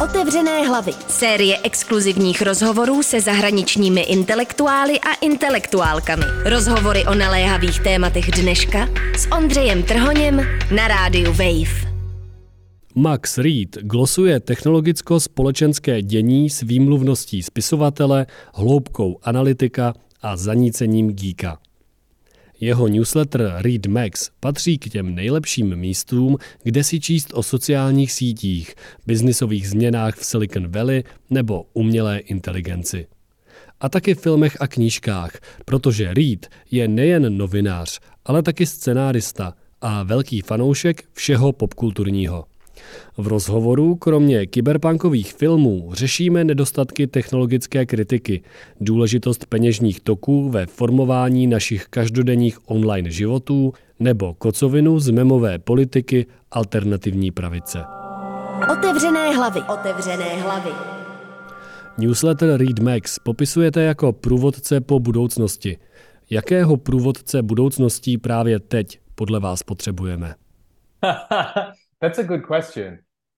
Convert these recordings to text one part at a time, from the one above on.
Otevřené hlavy. Série exkluzivních rozhovorů se zahraničními intelektuály a intelektuálkami. Rozhovory o naléhavých tématech dneška s Ondřejem Trhoněm na rádiu Wave. Max Reed glosuje technologicko-společenské dění s výmluvností spisovatele, hloubkou analytika a zanícením geeka. Jeho newsletter Read Max patří k těm nejlepším místům, kde si číst o sociálních sítích, biznisových změnách v Silicon Valley nebo umělé inteligenci. A taky filmech a knížkách, protože Reed je nejen novinář, ale taky scenárista a velký fanoušek všeho popkulturního. V rozhovoru kromě kyberpunkových filmů řešíme nedostatky technologické kritiky, důležitost peněžních toků ve formování našich každodenních online životů nebo kocovinu z memové politiky alternativní pravice. Otevřené hlavy. Otevřené hlavy. Newsletter Read Max popisujete jako průvodce po budoucnosti. Jakého průvodce budoucností právě teď podle vás potřebujeme? That's a good question.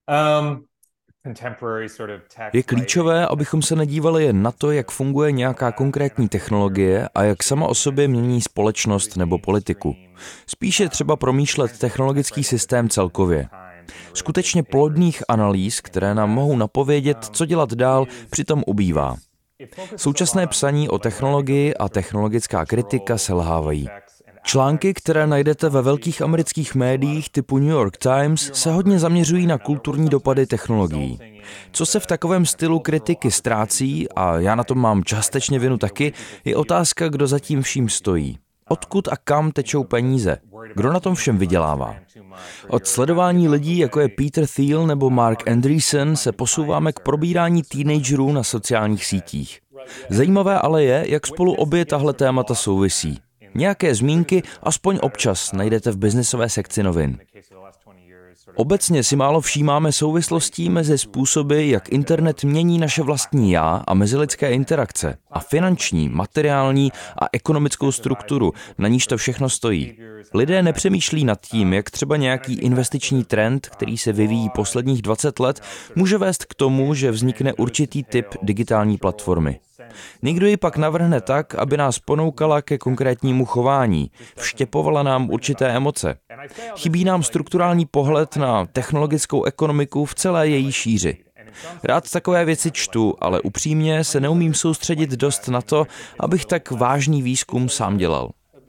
Je klíčové, abychom se nedívali jen na to, jak funguje nějaká konkrétní technologie a jak sama o sobě mění společnost nebo politiku. Spíše třeba promýšlet technologický systém celkově. Skutečně plodných analýz, které nám mohou napovědět, co dělat dál, přitom ubývá. Současné psaní o technologii a technologická kritika selhávají. Články, které najdete ve velkých amerických médiích typu New York Times, se hodně zaměřují na kulturní dopady technologií. Co se v takovém stylu kritiky ztrácí, a já na tom mám částečně vinu taky, je otázka, kdo za tím vším stojí. Odkud a kam tečou peníze? Kdo na tom všem vydělává? Od sledování lidí, jako je Peter Thiel nebo Mark Andreessen, se posouváme k probírání teenagerů na sociálních sítích. Zajímavé ale je, jak spolu obě tahle témata souvisí. Nějaké zmínky aspoň občas najdete v biznisové sekci novin. Obecně si málo všímáme souvislostí mezi způsoby, jak internet mění naše vlastní já a mezilidské interakce a finanční, materiální a ekonomickou strukturu, na níž to všechno stojí. Lidé nepřemýšlí nad tím, jak třeba nějaký investiční trend, který se vyvíjí posledních 20 let, může vést k tomu, že vznikne určitý typ digitální platformy. Někdo ji pak navrhne tak, aby nás ponoukala ke konkrétnímu chování, vštěpovala nám určité emoce. Chybí nám strukturální pohled na technologickou ekonomiku v celé její šíři. Rád takové věci čtu, ale upřímně se neumím soustředit dost na to, abych tak vážný výzkum sám dělal.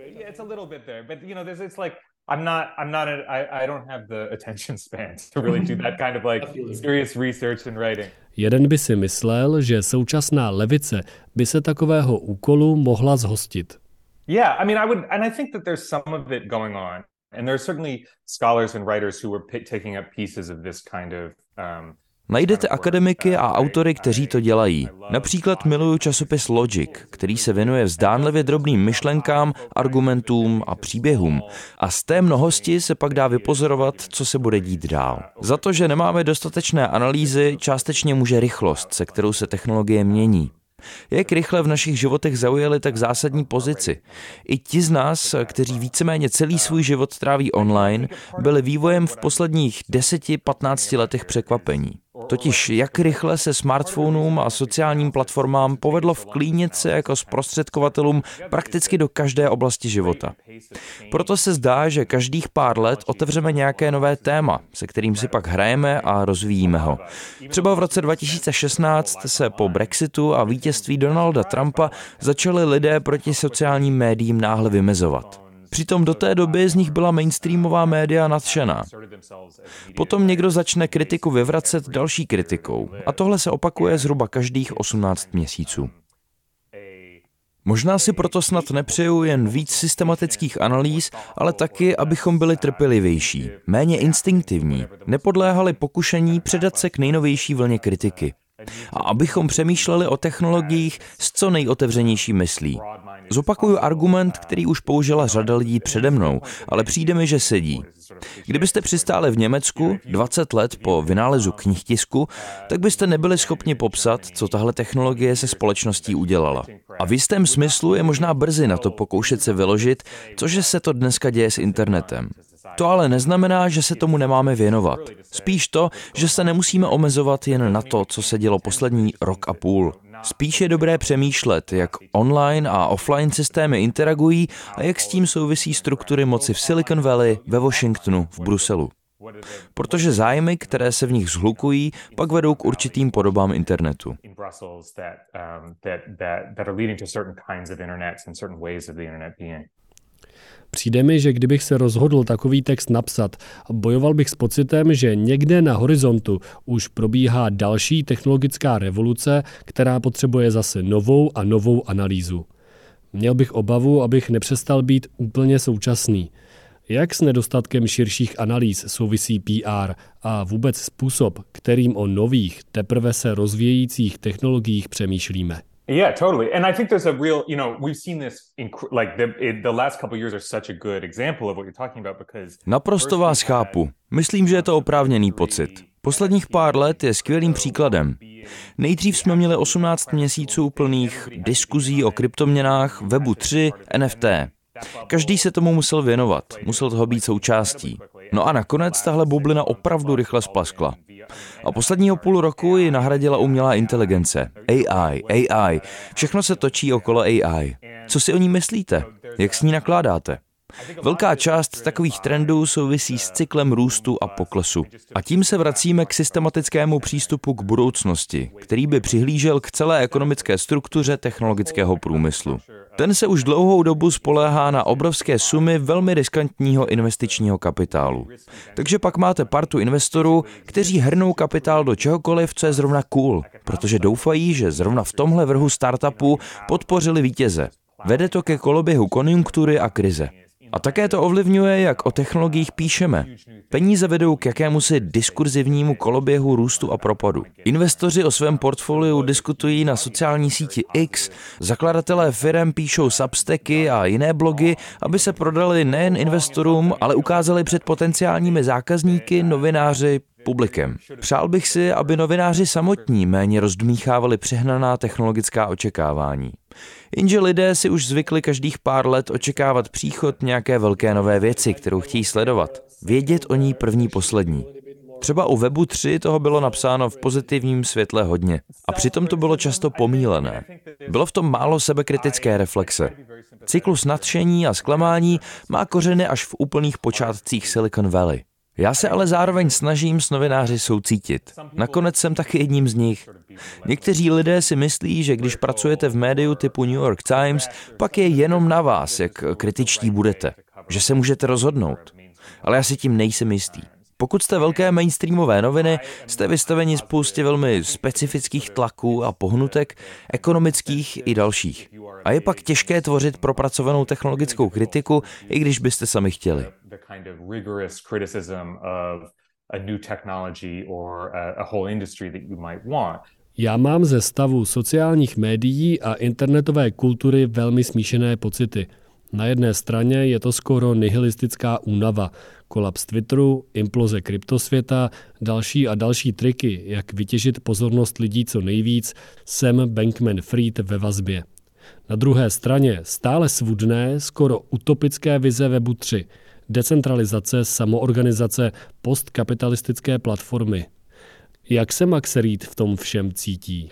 I don't have the attention span to really do that kind of serious research and writing. Jeden by si myslel, že současná levice by se takového úkolu mohla zhostit. Yeah, I think that there's some of it going on. And there are certainly scholars and writers who were taking up pieces of this kind of Najdete akademiky a autory, kteří to dělají. Například miluju časopis Logic, který se věnuje zdánlivě drobným myšlenkám, argumentům a příběhům. A z té mnohosti se pak dá vypozorovat, co se bude dít dál. Za to, že nemáme dostatečné analýzy, částečně může rychlost, se kterou se technologie mění. Jak rychle v našich životech zaujali tak zásadní pozici. I ti z nás, kteří víceméně celý svůj život tráví online, byli vývojem v posledních 10-15 letech překvapení. Totiž jak rychle se smartphonům a sociálním platformám povedlo vklínit se jako zprostředkovatelům prakticky do každé oblasti života. Proto se zdá, že každých pár let otevřeme nějaké nové téma, se kterým si pak hrajeme a rozvíjíme ho. Třeba v roce 2016 se po Brexitu a vítězství Donalda Trumpa začali lidé proti sociálním médiím náhle vymezovat. Přitom do té doby z nich byla mainstreamová média nadšená. Potom někdo začne kritiku vyvracet další kritikou a tohle se opakuje zhruba každých 18 měsíců. Možná si proto snad nepřeju jen víc systematických analýz, ale taky, abychom byli trpělivější, méně instinktivní, nepodléhali pokušení předat se k nejnovější vlně kritiky. A abychom přemýšleli o technologiích s co nejotevřenější myslí. Zopakuju argument, který už použila řada lidí přede mnou, ale přijde mi, že sedí. Kdybyste přistáli v Německu 20 let po vynálezu knihtisku, tak byste nebyli schopni popsat, co tahle technologie se společností udělala. A v jistém smyslu je možná brzy na to pokoušet se vyložit, cože se to dneska děje s internetem. To ale neznamená, že se tomu nemáme věnovat. Spíš to, že se nemusíme omezovat jen na to, co se dělo poslední rok a půl. Spíš je dobré přemýšlet, jak online a offline systémy interagují a jak s tím souvisí struktury moci v Silicon Valley, ve Washingtonu, v Bruselu. Protože zájmy, které se v nich shlukují, pak vedou k určitým podobám internetu. Přijde mi, že kdybych se rozhodl takový text napsat, bojoval bych s pocitem, že někde na horizontu už probíhá další technologická revoluce, která potřebuje zase novou a novou analýzu. Měl bych obavu, abych nepřestal být úplně současný. Jak s nedostatkem širších analýz souvisí PR a vůbec způsob, kterým o nových, teprve se rozvíjejících technologiích přemýšlíme? Yeah, totally. And I think there's a real, we've seen this the last couple of years are such a good example of what you're talking about because Naprosto vás chápu. Myslím, že je to oprávněný pocit. Posledních pár let je skvělým příkladem. Nejdřív jsme měli 18 měsíců plných diskuzí o kryptoměnách, Webu 3, NFT. Každý se tomu musel věnovat, musel toho být součástí. No a nakonec tahle bublina opravdu rychle splaskla. A posledního půl roku ji nahradila umělá inteligence. AI. Všechno se točí okolo AI. Co si o ní myslíte? Jak s ní nakládáte? Velká část takových trendů souvisí s cyklem růstu a poklesu. A tím se vracíme k systematickému přístupu k budoucnosti, který by přihlížel k celé ekonomické struktuře technologického průmyslu. Ten se už dlouhou dobu spoléhá na obrovské sumy velmi riskantního investičního kapitálu. Takže pak máte partu investorů, kteří hrnou kapitál do čehokoliv, co je zrovna cool, protože doufají, že zrovna v tomhle vrhu startupů podpořili vítěze. Vede to ke koloběhu konjunktury a krize. A také to ovlivňuje, jak o technologiích píšeme. Peníze vedou k jakémusi diskurzivnímu koloběhu růstu a propadu. Investoři o svém portfoliu diskutují na sociální síti X, zakladatelé firem píšou substacky a jiné blogy, aby se prodali nejen investorům, ale ukázali před potenciálními zákazníky, novináři, publikem. Přál bych si, aby novináři samotní méně rozdmíchávali přehnaná technologická očekávání. Jenže lidé si už zvykli každých pár let očekávat příchod nějaké velké nové věci, kterou chtějí sledovat. Vědět o ní první poslední. Třeba u Webu 3 toho bylo napsáno v pozitivním světle hodně. A přitom to bylo často pomílené. Bylo v tom málo sebekritické reflexe. Cyklus nadšení a zklamání má kořeny až v úplných počátcích Silicon Valley. Já se ale zároveň snažím s novináři soucítit. Nakonec jsem taky jedním z nich. Někteří lidé si myslí, že když pracujete v médiu typu New York Times, pak je jenom na vás, jak kritičtí budete. Že se můžete rozhodnout. Ale já si tím nejsem jistý. Pokud jste velké mainstreamové noviny, jste vystaveni spoustě velmi specifických tlaků a pohnutek, ekonomických i dalších. A je pak těžké tvořit propracovanou technologickou kritiku, i když byste sami chtěli. Já mám ze stavu sociálních médií a internetové kultury velmi smíšené pocity. Na jedné straně je to skoro nihilistická únava, kolaps Twitteru, imploze kryptosvěta, další a další triky, jak vytěžit pozornost lidí co nejvíc, Sam Bankman-Fried ve vazbě. Na druhé straně stále svudné, skoro utopické vize Webu 3, decentralizace, samoorganizace, postkapitalistické platformy. Jak se Max Reed v tom všem cítí?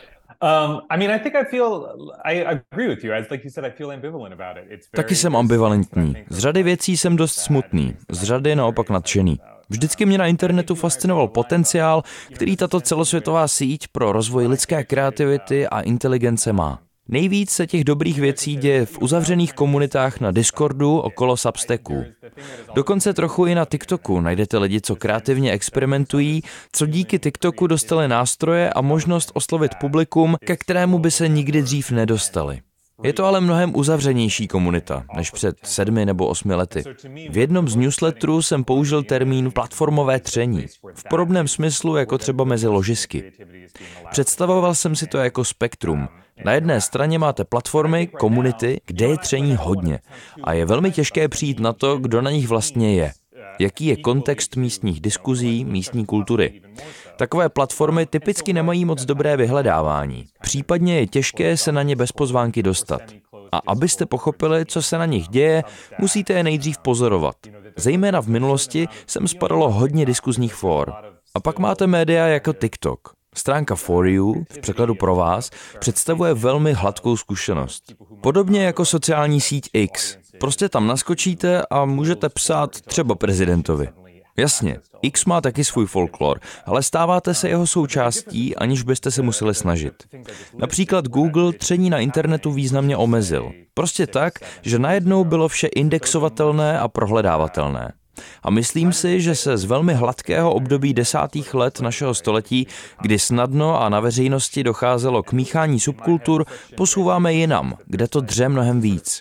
Taky jsem ambivalentní. Z řady věcí jsem dost smutný, z řady naopak nadšený. Vždycky mě na internetu fascinoval potenciál, který tato celosvětová síť pro rozvoj lidské kreativity a inteligence má. Nejvíc se těch dobrých věcí děje v uzavřených komunitách na Discordu okolo Substacků. Dokonce trochu i na TikToku najdete lidi, co kreativně experimentují, co díky TikToku dostali nástroje a možnost oslovit publikum, ke kterému by se nikdy dřív nedostali. Je to ale mnohem uzavřenější komunita než před 7 nebo 8 lety. V jednom z newsletterů jsem použil termín platformové tření, v podobném smyslu jako třeba mezi ložisky. Představoval jsem si to jako spektrum. Na jedné straně máte platformy, komunity, kde je tření hodně a je velmi těžké přijít na to, kdo na nich vlastně je. Jaký je kontext místních diskuzí, místní kultury. Takové platformy typicky nemají moc dobré vyhledávání. Případně je těžké se na ně bez pozvánky dostat. A abyste pochopili, co se na nich děje, musíte je nejdřív pozorovat. Zejména v minulosti sem spadalo hodně diskuzních fór. A pak máte média jako TikTok. Stránka For You, v překladu pro vás, představuje velmi hladkou zkušenost. Podobně jako sociální síť X. Prostě tam naskočíte a můžete psát třeba prezidentovi. Jasně, X má taky svůj folklor, ale stáváte se jeho součástí, aniž byste se museli snažit. Například Google tření na internetu významně omezil. Prostě tak, že najednou bylo vše indexovatelné a prohledávatelné. A myslím si, že se z velmi hladkého období 10. let našeho století, kdy snadno a na veřejnosti docházelo k míchání subkultur, posouváme jinam, kde to dře mnohem víc.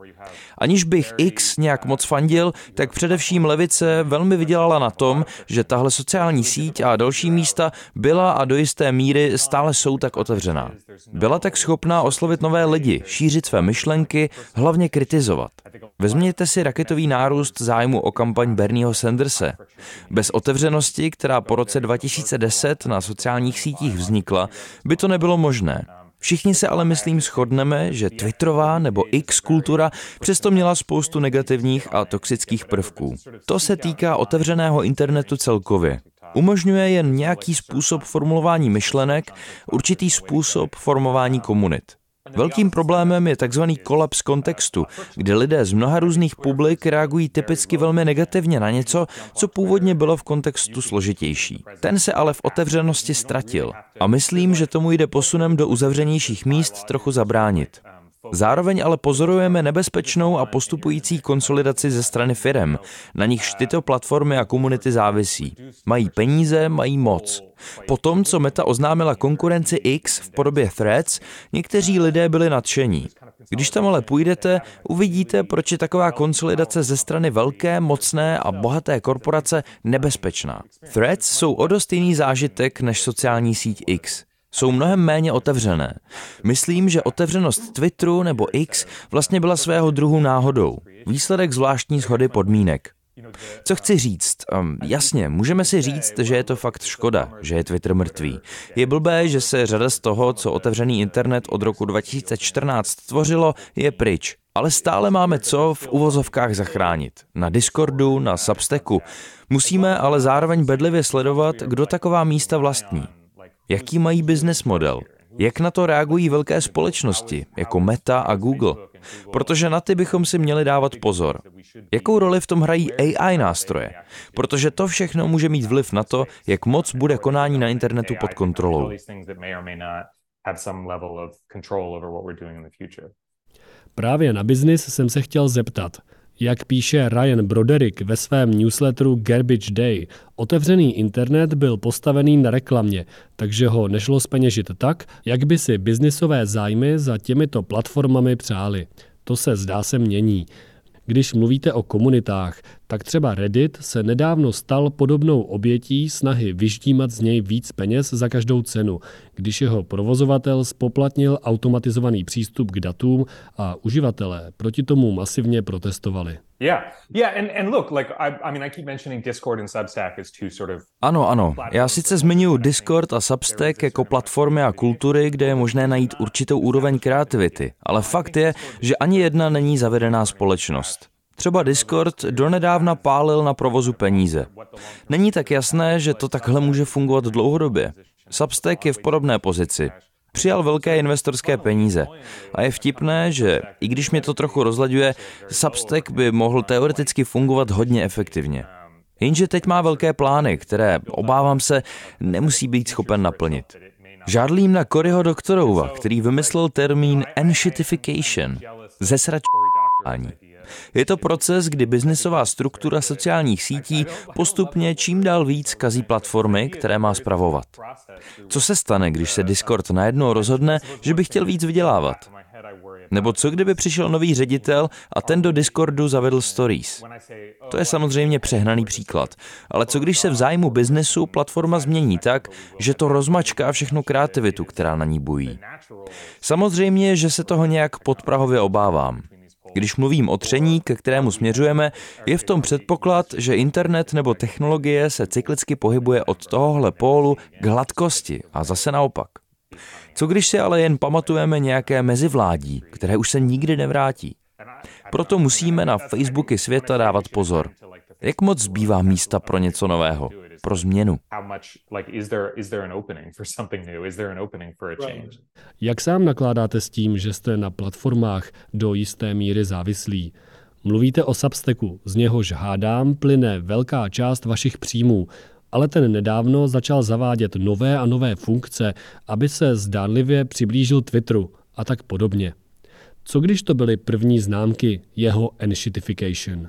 Aniž bych X nějak moc fandil, tak především levice velmi vydělala na tom, že tahle sociální síť a další místa byla a do jisté míry stále jsou tak otevřená. Byla tak schopná oslovit nové lidi, šířit své myšlenky, hlavně kritizovat. Vezměte si raketový nárůst zájmu o kampaň Bernieho Sanderse. Bez otevřenosti, která po roce 2010 na sociálních sítích vznikla, by to nebylo možné. Všichni se ale myslím shodneme, že Twitterová nebo X kultura přesto měla spoustu negativních a toxických prvků. To se týká otevřeného internetu celkově. Umožňuje jen nějaký způsob formulování myšlenek, určitý způsob formování komunit. Velkým problémem je takzvaný kolaps kontextu, kdy lidé z mnoha různých publik reagují typicky velmi negativně na něco, co původně bylo v kontextu složitější. Ten se ale v otevřenosti ztratil a myslím, že tomu jde posunem do uzavřenějších míst trochu zabránit. Zároveň ale pozorujeme nebezpečnou a postupující konsolidaci ze strany firem, na nichž tyto platformy a komunity závisí. Mají peníze, mají moc. Po tom, co Meta oznámila konkurenci X v podobě Threads, někteří lidé byli nadšení. Když tam ale půjdete, uvidíte, proč je taková konsolidace ze strany velké, mocné a bohaté korporace nebezpečná. Threads jsou o dost jiný zážitek než sociální síť X. Jsou mnohem méně otevřené. Myslím, že otevřenost Twitteru nebo X vlastně byla svého druhu náhodou. Výsledek zvláštní shody podmínek. Co chci říct? Jasně, můžeme si říct, že je to fakt škoda, že je Twitter mrtvý. Je blbé, že se řada z toho, co otevřený internet od roku 2014 tvořilo, je pryč. Ale stále máme co v uvozovkách zachránit. Na Discordu, na Substacku. Musíme ale zároveň bedlivě sledovat, kdo taková místa vlastní. Jaký mají business model? Jak na to reagují velké společnosti, jako Meta a Google? Protože na ty bychom si měli dávat pozor. Jakou roli v tom hrají AI nástroje? Protože to všechno může mít vliv na to, jak moc bude konání na internetu pod kontrolou. Právě na biznis jsem se chtěl zeptat. Jak píše Ryan Broderick ve svém newsletteru Garbage Day, otevřený internet byl postavený na reklamě, takže ho nešlo zpeněžit tak, jak by si biznisové zájmy za těmito platformami přáli. To se zdá se mění. Když mluvíte o komunitách, tak třeba Reddit se nedávno stal podobnou obětí snahy vyždímat z něj víc peněz za každou cenu, když jeho provozovatel spoplatnil automatizovaný přístup k datům a uživatelé proti tomu masivně protestovali. Ano. Já sice zmiňuji Discord a Substack jako platformy a kultury, kde je možné najít určitou úroveň kreativity, ale fakt je, že ani jedna není zavedená společnost. Třeba Discord donedávna pálil na provozu peníze. Není tak jasné, že to takhle může fungovat dlouhodobě. Substack je v podobné pozici. Přijal velké investorské peníze. A je vtipné, že i když mě to trochu rozlaďuje, Substack by mohl teoreticky fungovat hodně efektivně. Jenže teď má velké plány, které, obávám se, nemusí být schopen naplnit. Žádlím na Coryho Doctorova, který vymyslel termín enshitification, zesračování. Je to proces, kdy biznesová struktura sociálních sítí postupně čím dál víc kazí platformy, které má spravovat. Co se stane, když se Discord najednou rozhodne, že by chtěl víc vydělávat? Nebo co kdyby přišel nový ředitel a ten do Discordu zavedl stories? To je samozřejmě přehnaný příklad, ale co když se v zájmu biznesu platforma změní tak, že to rozmačká všechnu kreativitu, která na ní bují? Samozřejmě, že se toho nějak podprahově obávám. Když mluvím o tření, ke kterému směřujeme, je v tom předpoklad, že internet nebo technologie se cyklicky pohybuje od tohohle pólu k hladkosti a zase naopak. Co když si ale jen pamatujeme nějaké mezivládí, které už se nikdy nevrátí? Proto musíme na Facebooky světa dávat pozor. Jak moc zbývá místa pro něco nového, pro změnu? Jak sám nakládáte s tím, že jste na platformách do jisté míry závislí? Mluvíte o Substacku, z něhož hádám plyne velká část vašich příjmů, ale ten nedávno začal zavádět nové a nové funkce, aby se zdánlivě přiblížil Twitteru a tak podobně. Co když to byly první známky jeho enshittification?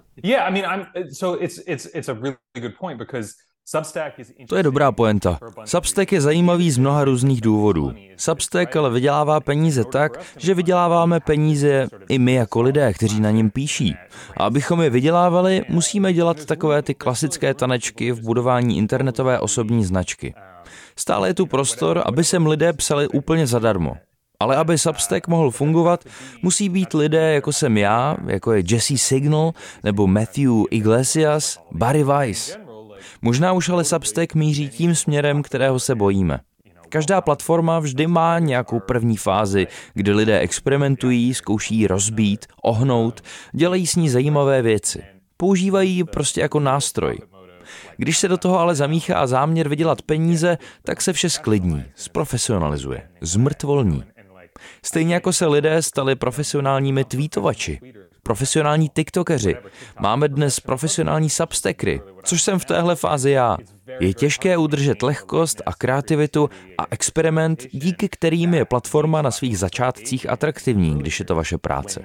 To je dobrá pointa. Substack je zajímavý z mnoha různých důvodů. Substack ale vydělává peníze tak, že vyděláváme peníze i my jako lidé, kteří na něm píší. A abychom je vydělávali, musíme dělat takové ty klasické tanečky v budování internetové osobní značky. Stále je tu prostor, aby sem lidé psali úplně zadarmo. Ale aby Substack mohl fungovat, musí být lidé, jako jsem já, jako je Jesse Signal nebo Matthew Iglesias, Barry Weiss. Možná už ale Substack míří tím směrem, kterého se bojíme. Každá platforma vždy má nějakou první fázi, kdy lidé experimentují, zkouší rozbít, ohnout, dělají s ní zajímavé věci. Používají ji prostě jako nástroj. Když se do toho ale zamíchá záměr vydělat peníze, tak se vše sklidní, zprofesionalizuje, zmrtvolní. Stejně jako se lidé stali profesionálními tweetovači, profesionální tiktokeři. Máme dnes profesionální substackery, což jsem v téhle fázi já. Je těžké udržet lehkost a kreativitu a experiment, díky kterým je platforma na svých začátcích atraktivní, když je to vaše práce.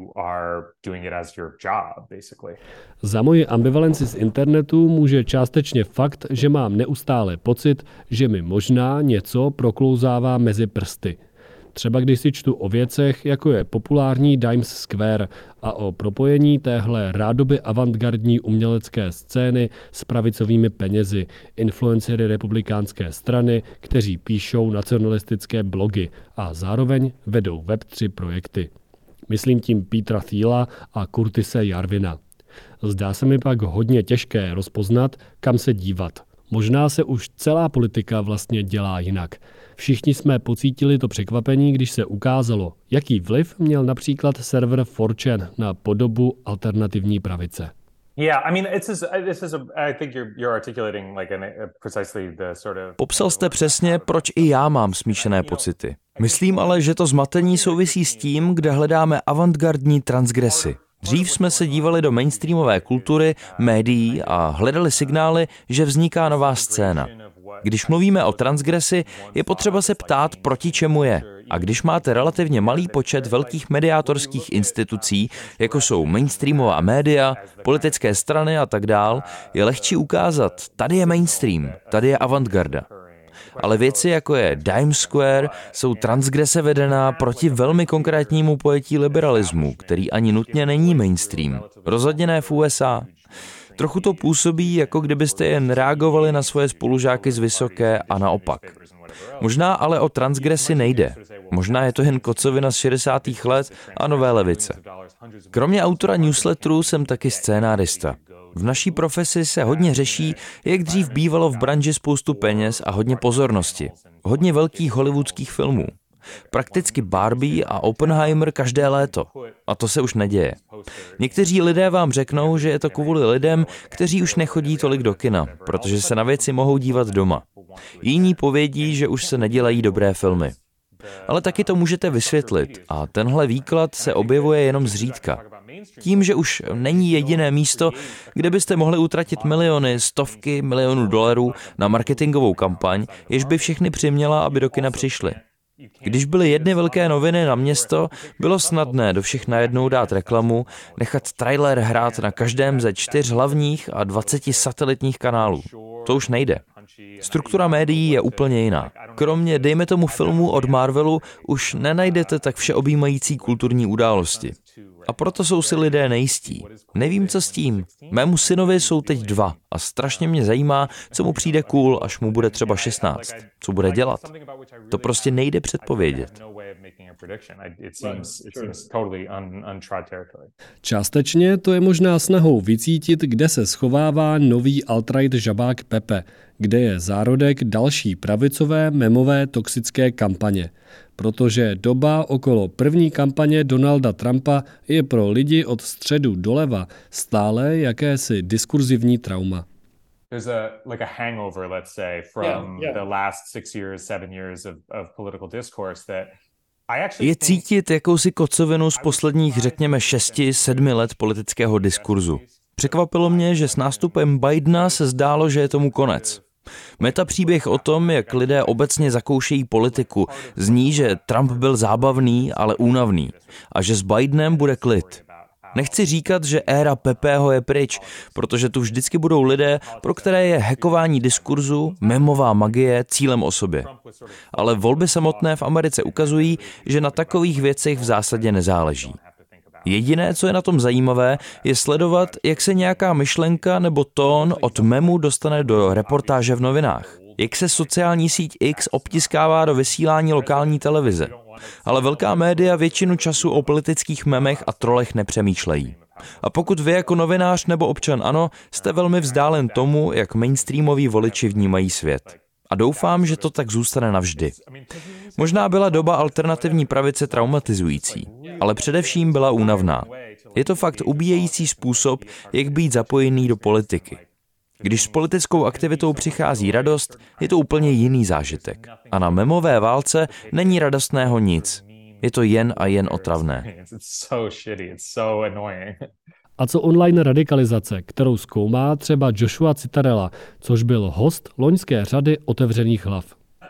Za moji ambivalenci z internetu může částečně fakt, že mám neustále pocit, že mi možná něco proklouzává mezi prsty. Třeba když si čtu o věcech, jako je populární Times Square a o propojení téhle rádoby avantgardní umělecké scény s pravicovými penězi, influencery republikánské strany, kteří píšou nacionalistické blogy a zároveň vedou Web3 projekty. Myslím tím Petra Thiela a Curtise Yarvina. Zdá se mi pak hodně těžké rozpoznat, kam se dívat. Možná se už celá politika vlastně dělá jinak. Všichni jsme pocítili to překvapení, když se ukázalo, jaký vliv měl například server 4chan na podobu alternativní pravice. Popsal jste přesně, proč i já mám smíšené pocity. Myslím ale, že to zmatení souvisí s tím, kde hledáme avantgardní transgresy. Dřív jsme se dívali do mainstreamové kultury, médií a hledali signály, že vzniká nová scéna. Když mluvíme o transgresi, je potřeba se ptát, proti čemu je. A když máte relativně malý počet velkých mediátorských institucí, jako jsou mainstreamová média, politické strany a tak dál, je lehčí ukázat, tady je mainstream, tady je avantgarda. Ale věci, jako je Times Square, jsou transgrese vedená proti velmi konkrétnímu pojetí liberalismu, který ani nutně není mainstream. Rozhodně ne v USA. Trochu to působí, jako kdybyste jen reagovali na svoje spolužáky z vysoké a naopak. Možná ale o transgresi nejde. Možná je to jen kocovina z 60. let a nové levice. Kromě autora newsletteru jsem taky scénárista. V naší profesi se hodně řeší, jak dřív bývalo v branži spoustu peněz a hodně pozornosti. Hodně velkých hollywoodských filmů. Prakticky Barbie a Oppenheimer každé léto. A to se už neděje. Někteří lidé vám řeknou, že je to kvůli lidem, kteří už nechodí tolik do kina, protože se na věci mohou dívat doma. Jiní povědí, že už se nedělají dobré filmy. Ale taky to můžete vysvětlit a tenhle výklad se objevuje jenom zřídka. Tím, že už není jediné místo, kde byste mohli utratit miliony, stovky milionů dolarů na marketingovou kampaň, jež by všechny přiměla, aby do kina přišli. Když byly jedny velké noviny na město, bylo snadné do všech najednou dát reklamu, nechat trailer hrát na každém ze 4 hlavních a 20 satelitních kanálů. To už nejde. Struktura médií je úplně jiná. Kromě, dejme tomu, filmů od Marvelu, už nenajdete tak všeobjímající kulturní události. A proto jsou si lidé nejistí. Nevím, co s tím. Mému synovi jsou teď 2 a strašně mě zajímá, co mu přijde cool, až mu bude třeba 16. Co bude dělat? To prostě nejde předpovědět. Částečně to je možná snahou vycítit, kde se schovává nový alt-right žabák Pepe, kde je zárodek další pravicové, memové, toxické kampaně. Protože doba okolo první kampaně Donalda Trumpa je pro lidi od středu doleva stále jakési diskurzivní trauma. There's a hangover, let's say, from the last 6 years, 7 years of political discourse that je cítit jakousi kocovinu z posledních, řekněme, 6-7 let politického diskurzu. Překvapilo mě, že s nástupem Bidena se zdálo, že je tomu konec. Metapříběh o tom, jak lidé obecně zakoušejí politiku, zní, že Trump byl zábavný, ale únavný a že s Bidenem bude klid. Nechci říkat, že éra Pepeho je pryč, protože tu vždycky budou lidé, pro které je hackování diskurzu, memová magie cílem o sobě. Ale volby samotné v Americe ukazují, že na takových věcech v zásadě nezáleží. Jediné, co je na tom zajímavé, je sledovat, jak se nějaká myšlenka nebo tón od memu dostane do reportáže v novinách. Jak se sociální síť X obtiskává do vysílání lokální televize. Ale velká média většinu času o politických memech a trolech nepřemýšlejí. A pokud vy jako novinář nebo občan ANO jste velmi vzdálen tomu, jak mainstreamoví voliči vnímají svět. A doufám, že to tak zůstane navždy. Možná byla doba alternativní pravice traumatizující, ale především byla únavná. Je to fakt ubíjející způsob, jak být zapojený do politiky. Když s politickou aktivitou přichází radost, je to úplně jiný zážitek. A na memové válce není radostného nic. Je to jen a jen otravné. A co online radikalizace, kterou zkoumá třeba Joshua Citarella, což byl host loňské řady Otevřených hlav?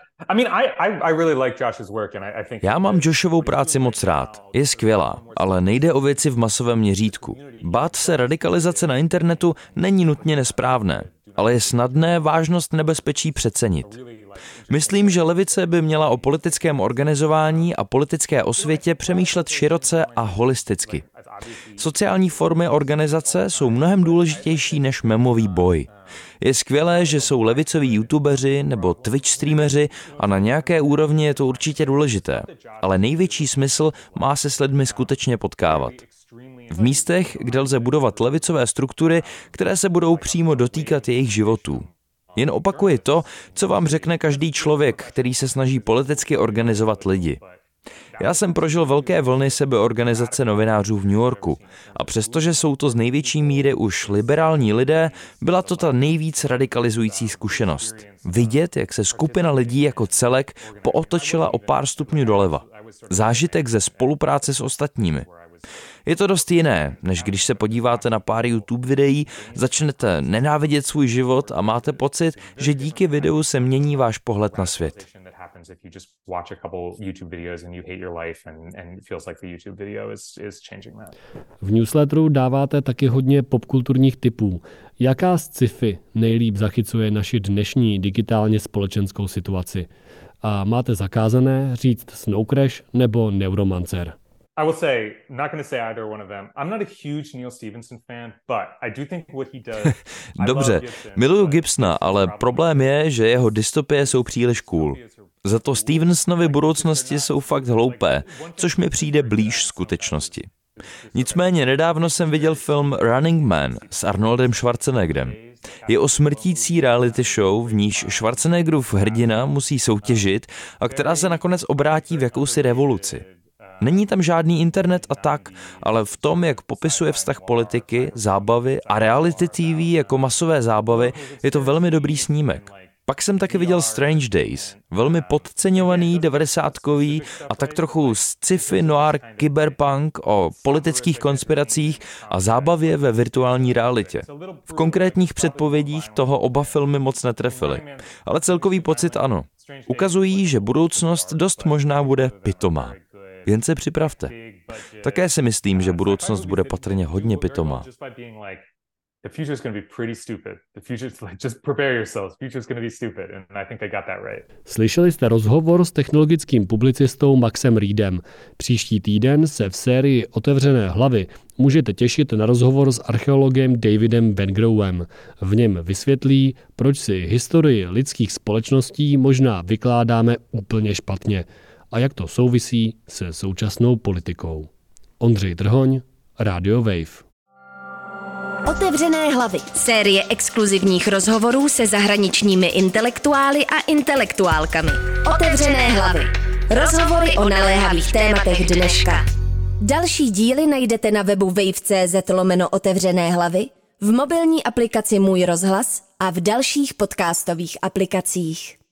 Já mám Joshovou práci moc rád. Je skvělá, ale nejde o věci v masovém měřítku. Bát se radikalizace na internetu není nutně nesprávné, ale je snadné vážnost nebezpečí přecenit. Myslím, že levice by měla o politickém organizování a politické osvětě přemýšlet široce a holisticky. Sociální formy organizace jsou mnohem důležitější než memový boj. Je skvělé, že jsou levicoví youtubeři nebo Twitch streameři a na nějaké úrovni je to určitě důležité, ale největší smysl má se s lidmi skutečně potkávat. V místech, kde lze budovat levicové struktury, které se budou přímo dotýkat jejich životů. Jen opakuji to, co vám řekne každý člověk, který se snaží politicky organizovat lidi. Já jsem prožil velké vlny sebeorganizace novinářů v New Yorku a přestože jsou to z největší míry už liberální lidé, byla to ta nejvíc radikalizující zkušenost. Vidět, jak se skupina lidí jako celek pootočila o pár stupňů doleva. Zážitek ze spolupráce s ostatními. Je to dost jiné, než když se podíváte na pár YouTube videí, začnete nenávidět svůj život a máte pocit, že díky videu se mění váš pohled na svět. V newsletteru dáváte taky hodně popkulturních tipů. Jaká sci-fi nejlíp zachycuje naši dnešní digitálně společenskou situaci? A máte zakázané říct Snow Crash nebo Neuromancer? I will say, not going to say either one of them. I'm not a huge Neil Stephenson fan, but I do think what he does. Dobře, miluju Gibsona, ale problém je, že jeho dystopie jsou příliš cool. Za to Stevensonovy budoucnosti jsou fakt hloupé, což mi přijde blíž skutečnosti. Nicméně nedávno jsem viděl film Running Man s Arnoldem Schwarzeneggerem. Je o smrtící reality show, v níž Schwarzeneggerův hrdina musí soutěžit a která se nakonec obrátí v jakousi revoluci. Není tam žádný internet a tak, ale v tom, jak popisuje vztah politiky, zábavy a reality TV jako masové zábavy, je to velmi dobrý snímek. Pak jsem taky viděl Strange Days, velmi podceňovaný 90kový a tak trochu sci-fi noir cyberpunk o politických konspiracích a zábavě ve virtuální realitě. V konkrétních předpovědích toho oba filmy moc netrefily, ale celkový pocit ano. Ukazují, že budoucnost dost možná bude pitomá. Jen se připravte. Také si myslím, že budoucnost bude patrně hodně pitomá. the future is going to be pretty stupid. The future is like, just prepare yourselves. The future is going to be stupid. And I think they got that right. Slyšeli jste rozhovor s technologickým publicistou Maxem Reedem. Příští týden se v sérii Otevřené hlavy můžete těšit na rozhovor s archeologem Davidem Bengrowem. V něm vysvětlí, proč si historii lidských společností možná vykládáme úplně špatně a jak to souvisí se současnou politikou. Ondřej Trhoň, Radio Wave. Otevřené hlavy. Série exkluzivních rozhovorů se zahraničními intelektuály a intelektuálkami. Otevřené hlavy. Rozhovory o naléhavých tématech dneška. Další díly najdete na webu wave.cz/otevřené hlavy, v mobilní aplikaci Můj rozhlas a v dalších podcastových aplikacích.